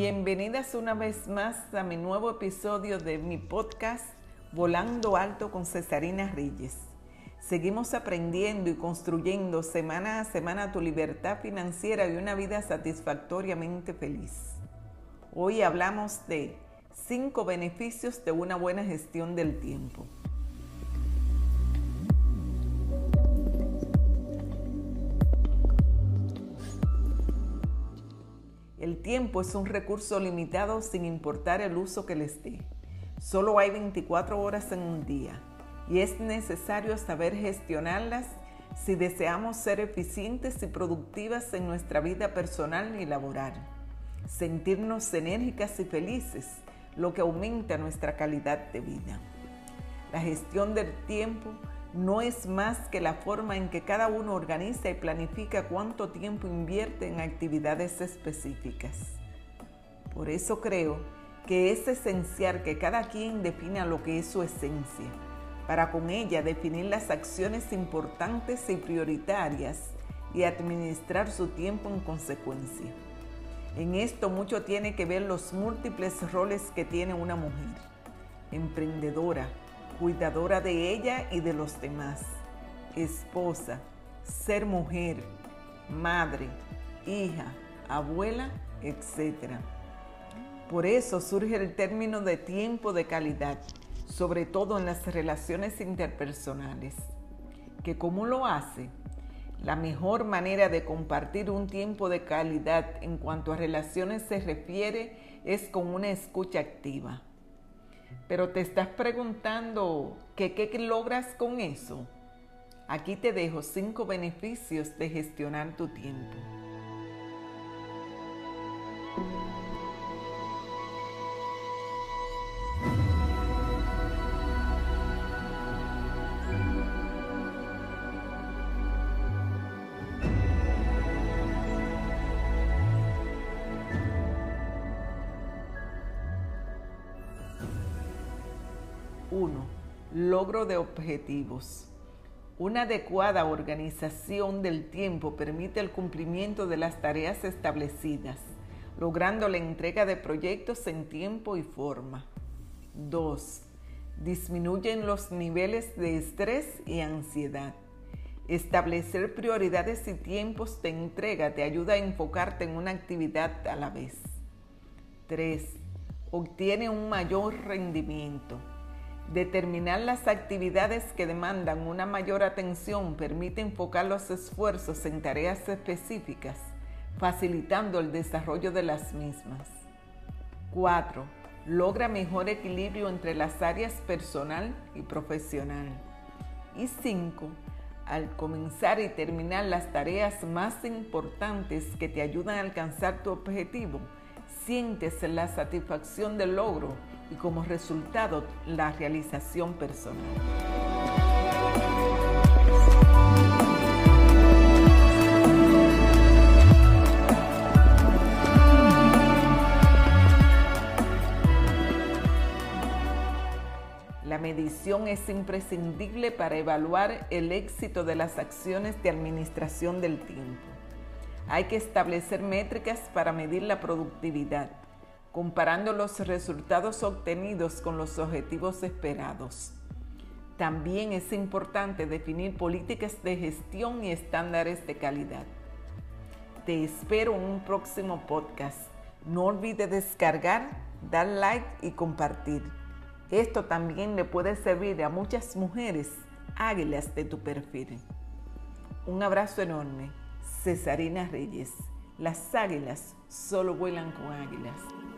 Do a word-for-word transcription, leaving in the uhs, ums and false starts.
Bienvenidas una vez más a mi nuevo episodio de mi podcast Volando Alto con Cesarina Reyes. Seguimos aprendiendo y construyendo semana a semana tu libertad financiera y una vida satisfactoriamente feliz. Hoy hablamos de cinco beneficios de una buena gestión del tiempo. El tiempo es un recurso limitado sin importar el uso que les dé. Solo hay veinticuatro horas en un día y es necesario saber gestionarlas si deseamos ser eficientes y productivas en nuestra vida personal y laboral. Sentirnos enérgicas y felices, lo que aumenta nuestra calidad de vida. La gestión del tiempo no es más que la forma en que cada uno organiza y planifica cuánto tiempo invierte en actividades específicas. Por eso creo que es esencial que cada quien defina lo que es su esencia, para con ella definir las acciones importantes y prioritarias y administrar su tiempo en consecuencia. En esto mucho tiene que ver los múltiples roles que tiene una mujer: emprendedora, cuidadora de ella y de los demás, esposa, ser mujer, madre, hija, abuela, etcétera. Por eso surge el término de tiempo de calidad, sobre todo en las relaciones interpersonales. ¿Que cómo lo hace? La mejor manera de compartir un tiempo de calidad en cuanto a relaciones se refiere es con una escucha activa. Pero te estás preguntando ¿qué, qué logras con eso? Aquí te dejo cinco beneficios de gestionar tu tiempo. uno. Logro de objetivos. Una adecuada organización del tiempo permite el cumplimiento de las tareas establecidas, logrando la entrega de proyectos en tiempo y forma. dos. Disminuyen los niveles de estrés y ansiedad. Establecer prioridades y tiempos de entrega te ayuda a enfocarte en una actividad a la vez. tres. Obtiene un mayor rendimiento. Determinar las actividades que demandan una mayor atención permite enfocar los esfuerzos en tareas específicas, facilitando el desarrollo de las mismas. cuatro. Logra mejor equilibrio entre las áreas personal y profesional. Y cinco. Al comenzar y terminar las tareas más importantes que te ayudan a alcanzar tu objetivo, sientes la satisfacción del logro y como resultado la realización personal. La medición es imprescindible para evaluar el éxito de las acciones de administración del tiempo. Hay que establecer métricas para medir la productividad, comparando los resultados obtenidos con los objetivos esperados. También es importante definir políticas de gestión y estándares de calidad. Te espero en un próximo podcast. No olvides descargar, dar like y compartir. Esto también le puede servir a muchas mujeres águilas de tu perfil. Un abrazo enorme. Cesarina Reyes. Las águilas solo vuelan con águilas.